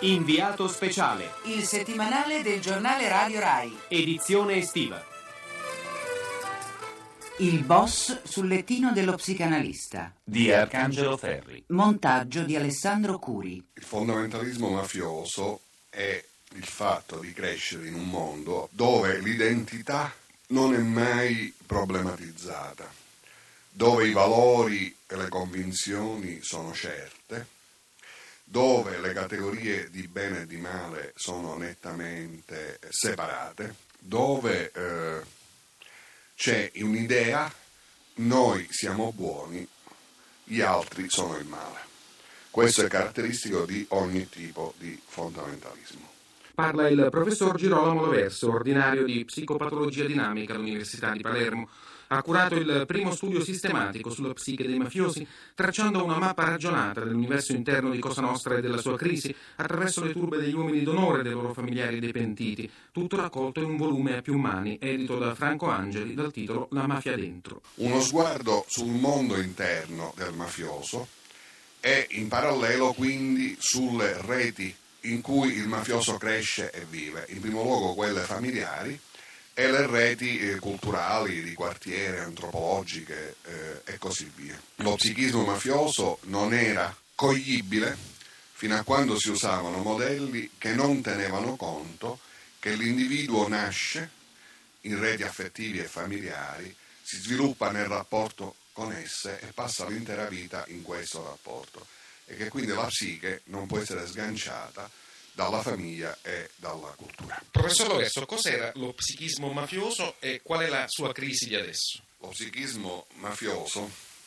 Inviato speciale. Il settimanale del giornale Radio Rai. Edizione estiva. Il boss sul lettino dello psicanalista di Arcangelo Ferri. Montaggio di Alessandro Curi. Il fondamentalismo mafioso è il fatto di crescere in un mondo dove l'identità non è mai problematizzata, dove i valori e le convinzioni sono certe, dove le categorie di bene e di male sono nettamente separate, dove c'è un'idea: noi siamo buoni, gli altri sono il male. Questo è caratteristico di ogni tipo di fondamentalismo. Parla il professor Girolamo Loverso, ordinario di psicopatologia dinamica all'Università di Palermo. Ha curato il primo studio sistematico sulla psiche dei mafiosi, tracciando una mappa ragionata dell'universo interno di Cosa Nostra e della sua crisi, attraverso le turbe degli uomini d'onore e dei loro familiari e dei pentiti, tutto raccolto in un volume a più mani, edito da Franco Angeli, dal titolo La mafia dentro. Uno sguardo sul mondo interno del mafioso e in parallelo quindi sulle reti in cui il mafioso cresce e vive, in primo luogo quelle familiari e le reti culturali, di quartiere, antropologiche e così via. Lo psichismo mafioso non era coglibile fino a quando si usavano modelli che non tenevano conto che l'individuo nasce in reti affettivi e familiari, si sviluppa nel rapporto con esse e passa l'intera vita in questo rapporto, e che quindi la psiche non può essere sganciata dalla famiglia e dalla cultura. Professor Loverso, cos'era lo psichismo mafioso e qual è la sua crisi di adesso? Lo psichismo mafioso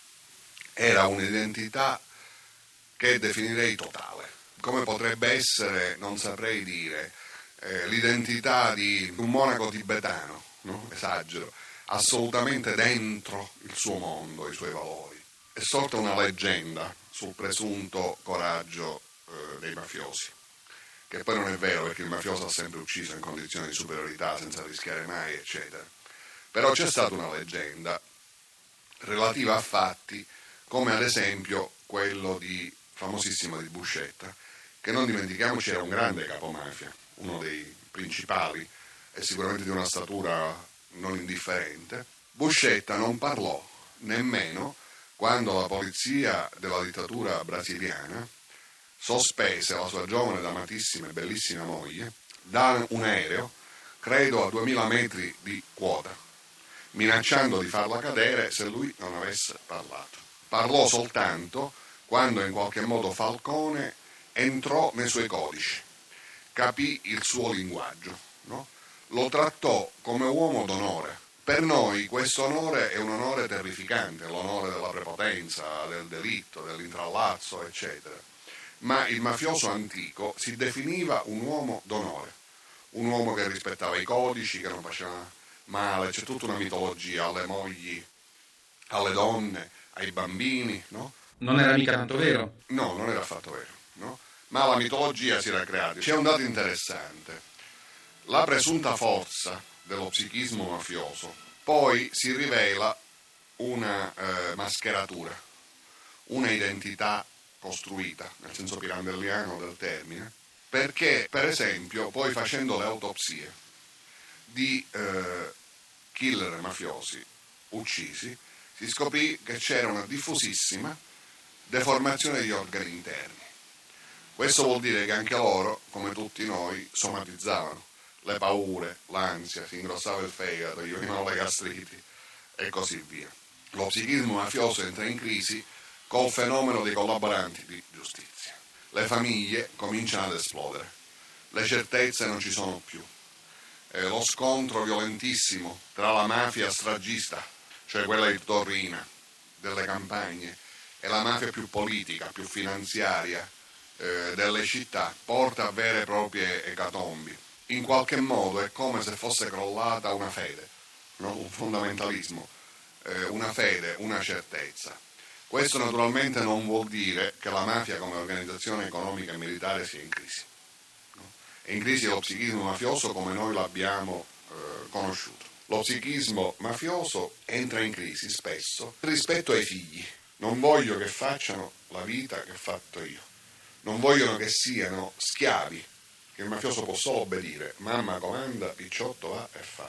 era un'identità che definirei totale. Come potrebbe essere, non saprei dire, l'identità di un monaco tibetano, no? Esagero, assolutamente dentro il suo mondo, i suoi valori. È sorta una leggenda sul presunto coraggio dei mafiosi, che poi non è vero, perché il mafioso ha sempre ucciso in condizioni di superiorità senza rischiare mai, eccetera. Però c'è stata una leggenda relativa a fatti come ad esempio quello famosissimo di Buscetta, che non dimentichiamoci era un grande capomafia, uno dei principali e sicuramente di una statura non indifferente. Buscetta non parlò nemmeno quando la polizia della dittatura brasiliana sospese la sua giovane ed amatissima e bellissima moglie da un aereo, credo a 2000 metri di quota, minacciando di farla cadere se lui non avesse parlato. Parlò soltanto quando in qualche modo Falcone entrò nei suoi codici, capì il suo linguaggio, no? Lo trattò come uomo d'onore. Per noi questo onore è un onore terrificante, l'onore della prepotenza, del delitto, dell'intrallazzo, eccetera. Ma il mafioso antico si definiva un uomo d'onore, un uomo che rispettava i codici, che non faceva male. C'è tutta una mitologia alle mogli, alle donne, ai bambini, no? Non era mica tanto vero? No, non era affatto vero, no? Ma la mitologia si era creata. C'è un dato interessante: la presunta forza dello psichismo mafioso poi si rivela una mascheratura, una identità costruita, nel senso pirandelliano del termine, perché per esempio poi facendo le autopsie di killer mafiosi uccisi si scoprì che c'era una diffusissima deformazione degli organi interni. Questo vuol dire che anche loro, come tutti noi, somatizzavano le paure, l'ansia, si ingrossava il fegato, gli venivano le gastriti e così via. Lo psichismo mafioso entra in crisi col fenomeno dei collaboranti di giustizia. Le famiglie cominciano ad esplodere, le certezze non ci sono più. Lo scontro violentissimo tra la mafia stragista, cioè quella di Torrina, delle campagne, e la mafia più politica, più finanziaria delle città, porta a vere e proprie ecatombi. In qualche modo è come se fosse crollata una fede, no? Un fondamentalismo, una fede, una certezza. Questo naturalmente non vuol dire che la mafia come organizzazione economica e militare sia in crisi, no? È in crisi lo psichismo mafioso come noi l'abbiamo conosciuto. Lo psichismo mafioso entra in crisi spesso rispetto ai figli. Non voglio che facciano la vita che ho fatto io, non vogliono che siano schiavi, che il mafioso può solo obbedire, mamma comanda, picciotto va e fa.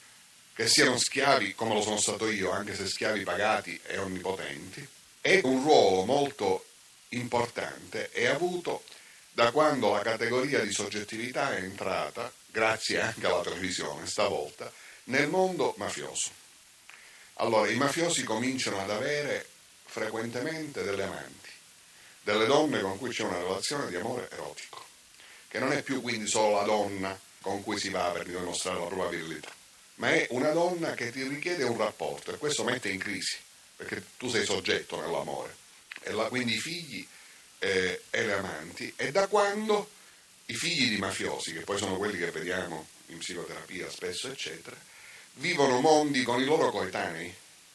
Che siano schiavi come lo sono stato io, anche se schiavi pagati e onnipotenti, è un ruolo molto importante e avuto da quando la categoria di soggettività è entrata, grazie anche alla televisione stavolta, nel mondo mafioso. Allora, i mafiosi cominciano ad avere frequentemente delle amanti, delle donne con cui c'è una relazione di amore erotico, che non è più quindi solo la donna con cui si va per dimostrare la propria virilità, ma è una donna che ti richiede un rapporto, e questo mette in crisi, perché tu sei soggetto nell'amore, e quindi i figli e le amanti, e da quando i figli di mafiosi, che poi sono quelli che vediamo in psicoterapia spesso, eccetera, vivono mondi con i loro coetanei,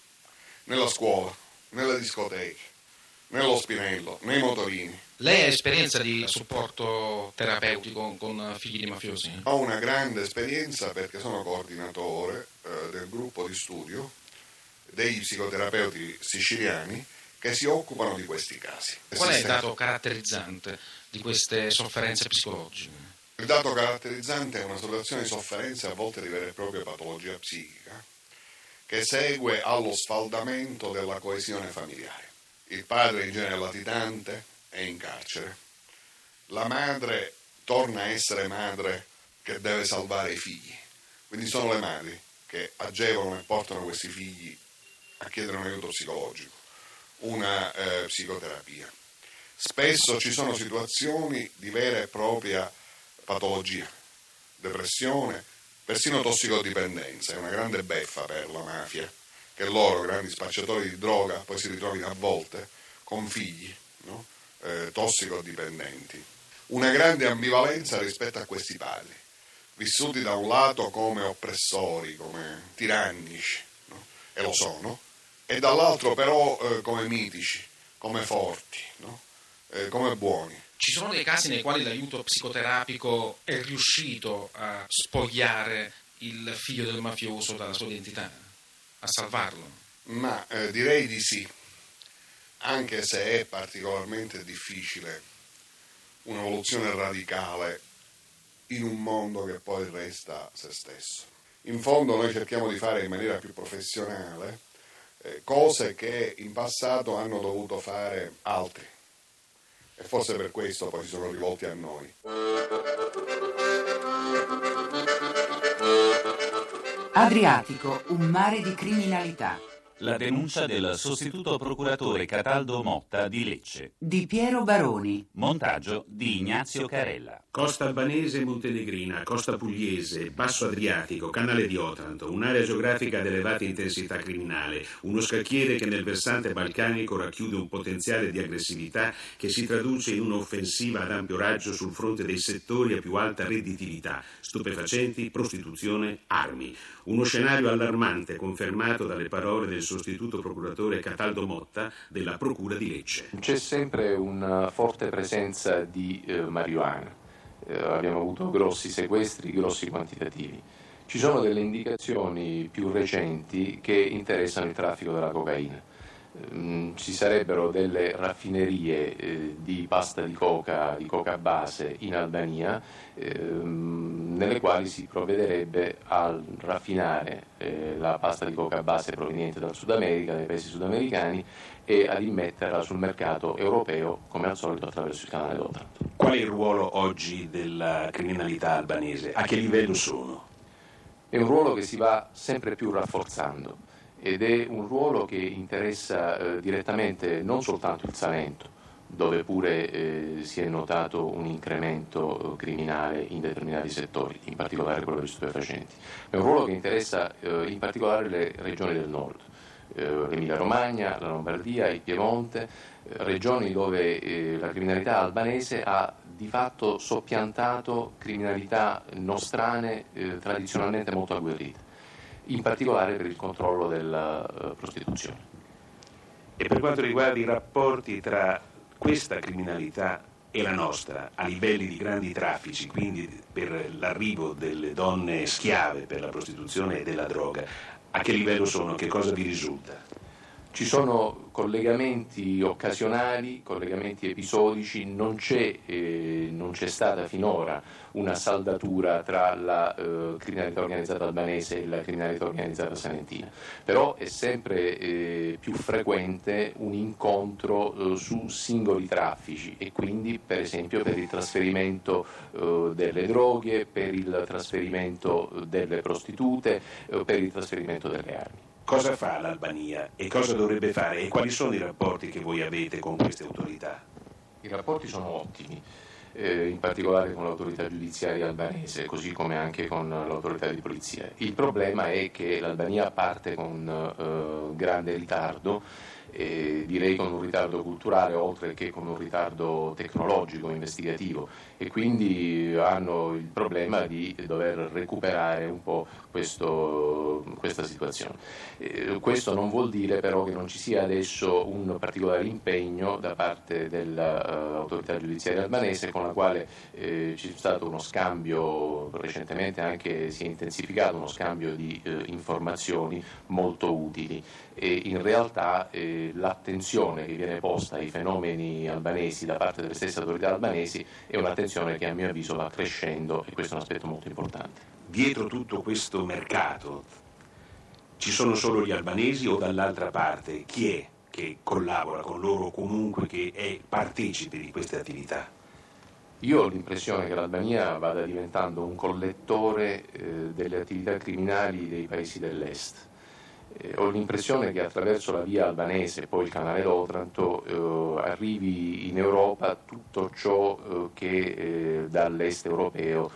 nella scuola, nelle discoteche, nello spinello, nei motorini. Lei ha esperienza di supporto terapeutico con figli di mafiosi? Ho una grande esperienza perché sono coordinatore del gruppo di studio degli psicoterapeuti siciliani che si occupano di questi casi. Qual è il dato caratterizzante di queste sofferenze psicologiche? Il dato caratterizzante è una situazione di sofferenza, a volte di vera e propria patologia psichica, che segue allo sfaldamento della coesione familiare. Il padre in genere latitante è in carcere, la madre torna a essere madre che deve salvare i figli, quindi sono le madri che agevolano e portano questi figli a chiedere un aiuto psicologico, una psicoterapia. Spesso ci sono situazioni di vera e propria patologia, depressione, persino tossicodipendenza. È una grande beffa per la mafia che loro, grandi spacciatori di droga, poi si ritrovino a volte con figli, no? Tossicodipendenti. Una grande ambivalenza rispetto a questi padri, vissuti da un lato come oppressori, come tirannici, no? E lo sono, e dall'altro però come mitici, come forti, no? Come buoni. Ci sono dei casi nei quali l'aiuto psicoterapico è riuscito a spogliare il figlio del mafioso dalla sua identità, a salvarlo? Ma direi di sì, anche se è particolarmente difficile un'evoluzione radicale in un mondo che poi resta se stesso. In fondo noi cerchiamo di fare in maniera più professionale cose che in passato hanno dovuto fare altri. E forse per questo poi si sono rivolti a noi. Adriatico, un mare di criminalità. La denuncia del sostituto procuratore Cataldo Motta di Lecce. Di Piero Baroni. Montaggio di Ignazio Carella. Costa albanese e montenegrina, costa pugliese, basso Adriatico, canale di Otranto, un'area geografica ad elevata intensità criminale, uno scacchiere che nel versante balcanico racchiude un potenziale di aggressività che si traduce in un'offensiva ad ampio raggio sul fronte dei settori a più alta redditività, stupefacenti, prostituzione, armi. Uno scenario allarmante confermato dalle parole del sostituto procuratore Cataldo Motta della Procura di Lecce. C'è sempre una forte presenza di marijuana. Abbiamo avuto grossi sequestri, grossi quantitativi. Ci sono delle indicazioni più recenti che interessano il traffico della cocaina. Ci sarebbero delle raffinerie di pasta di coca base in Albania, nelle quali si provvederebbe a raffinare la pasta di coca base proveniente dal Sud America, dai paesi sudamericani, e ad immetterla sul mercato europeo, come al solito attraverso il canale d'Otranto. Qual è il ruolo oggi della criminalità albanese? A che livello sono? È un ruolo che si va sempre più rafforzando ed è un ruolo che interessa direttamente non soltanto il Salento, dove pure si è notato un incremento criminale in determinati settori, in particolare quello degli stupefacenti. È un ruolo che interessa in particolare le regioni del nord, l'Emilia Romagna, la Lombardia, il Piemonte, regioni dove la criminalità albanese ha di fatto soppiantato criminalità nostrane tradizionalmente molto agguerrite, in particolare per il controllo della prostituzione. E per quanto riguarda i rapporti tra questa criminalità e la nostra, a livelli di grandi traffici, quindi per l'arrivo delle donne schiave per la prostituzione e della droga, a che livello sono? Che cosa vi risulta? Ci sono collegamenti occasionali, collegamenti episodici, non c'è stata finora una saldatura tra la criminalità organizzata albanese e la criminalità organizzata salentina, però è sempre più frequente un incontro su singoli traffici e quindi per esempio per il trasferimento delle droghe, per il trasferimento delle prostitute, per il trasferimento delle armi. Cosa fa l'Albania e cosa dovrebbe fare e quali sono i rapporti che voi avete con queste autorità? I rapporti sono ottimi, in particolare con l'autorità giudiziaria albanese, così come anche con l'autorità di polizia. Il problema è che l'Albania parte con grande ritardo, direi con un ritardo culturale oltre che con un ritardo tecnologico, investigativo, e quindi hanno il problema di dover recuperare un po' questa situazione. Questo non vuol dire però che non ci sia adesso un particolare impegno da parte dell'autorità giudiziaria albanese, con la quale c'è stato uno scambio, recentemente anche si è intensificato uno scambio di informazioni molto utili, e in realtà l'attenzione che viene posta ai fenomeni albanesi da parte delle stesse autorità albanesi è un'attenzione che a mio avviso va crescendo, e questo è un aspetto molto importante. Dietro tutto questo mercato ci sono solo gli albanesi o dall'altra parte chi è che collabora con loro o comunque che è partecipe di queste attività? Io ho l'impressione che l'Albania vada diventando un collettore delle attività criminali dei paesi dell'est. Ho l'impressione che attraverso la via albanese e poi il canale d'Otranto arrivi in Europa tutto ciò che dall'est europeo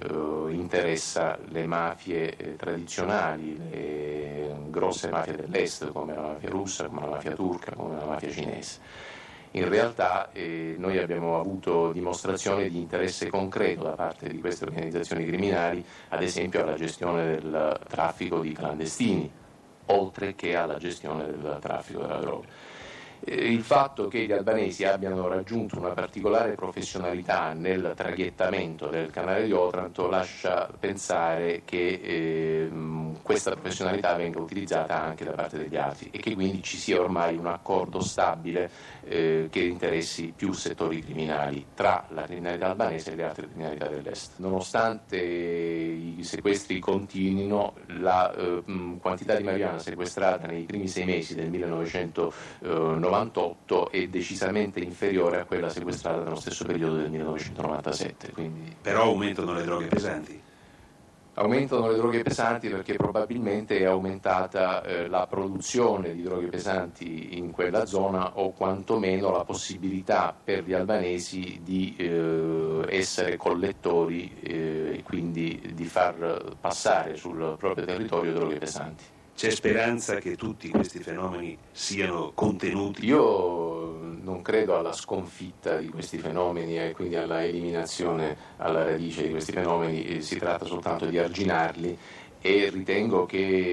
interessa le mafie tradizionali, le grosse mafie dell'est come la mafia russa, come la mafia turca, come la mafia cinese. In realtà noi abbiamo avuto dimostrazione di interesse concreto da parte di queste organizzazioni criminali, ad esempio alla gestione del traffico di clandestini, oltre che alla gestione del traffico della droga. Il fatto che gli albanesi abbiano raggiunto una particolare professionalità nel traghettamento del canale di Otranto lascia pensare che questa professionalità venga utilizzata anche da parte degli altri e che quindi ci sia ormai un accordo stabile che interessi più settori criminali tra la criminalità albanese e le altre criminalità dell'est. Nonostante i sequestri continuino, la quantità di marijuana sequestrata nei primi 6 mesi del 1998 è decisamente inferiore a quella sequestrata nello stesso periodo del 1997. Quindi... Però aumentano le droghe pesanti. Aumentano le droghe pesanti perché probabilmente è aumentata la produzione di droghe pesanti in quella zona, o quantomeno la possibilità per gli albanesi di essere collettori e quindi di far passare sul proprio territorio droghe pesanti. C'è speranza che tutti questi fenomeni siano contenuti? Io non credo alla sconfitta di questi fenomeni e quindi alla eliminazione alla radice di questi fenomeni, si tratta soltanto di arginarli, e ritengo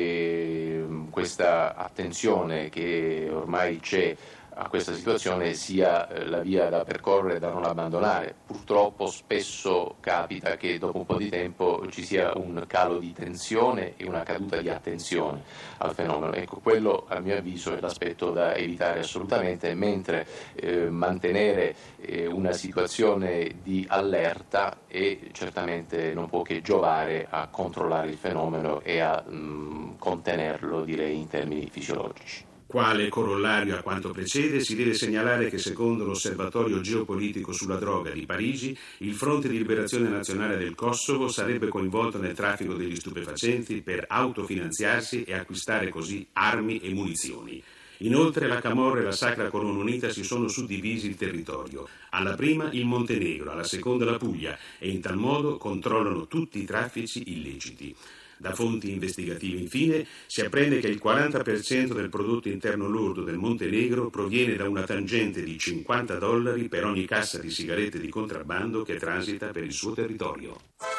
che questa attenzione che ormai c'è a questa situazione sia la via da percorrere e da non abbandonare. Purtroppo spesso capita che dopo un po' di tempo ci sia un calo di tensione e una caduta di attenzione al fenomeno. Ecco, quello a mio avviso è l'aspetto da evitare assolutamente, mentre mantenere una situazione di allerta certamente non può che giovare a controllare il fenomeno e a contenerlo, direi, in termini fisiologici. Quale corollario a quanto precede, si deve segnalare che secondo l'Osservatorio geopolitico sulla droga di Parigi, il Fronte di Liberazione Nazionale del Kosovo sarebbe coinvolto nel traffico degli stupefacenti per autofinanziarsi e acquistare così armi e munizioni. Inoltre la Camorra e la Sacra Corona Unita si sono suddivisi il territorio. Alla prima il Montenegro, alla seconda la Puglia, e in tal modo controllano tutti i traffici illeciti. Da fonti investigative, infine, si apprende che il 40% del prodotto interno lordo del Montenegro proviene da una tangente di $50 per ogni cassa di sigarette di contrabbando che transita per il suo territorio.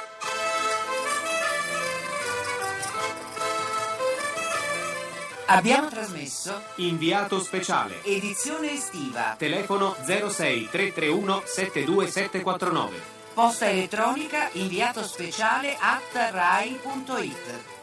Abbiamo trasmesso Inviato speciale. edizione estiva. Telefono 06 331 72749. Posta elettronica inviato speciale @rai.it.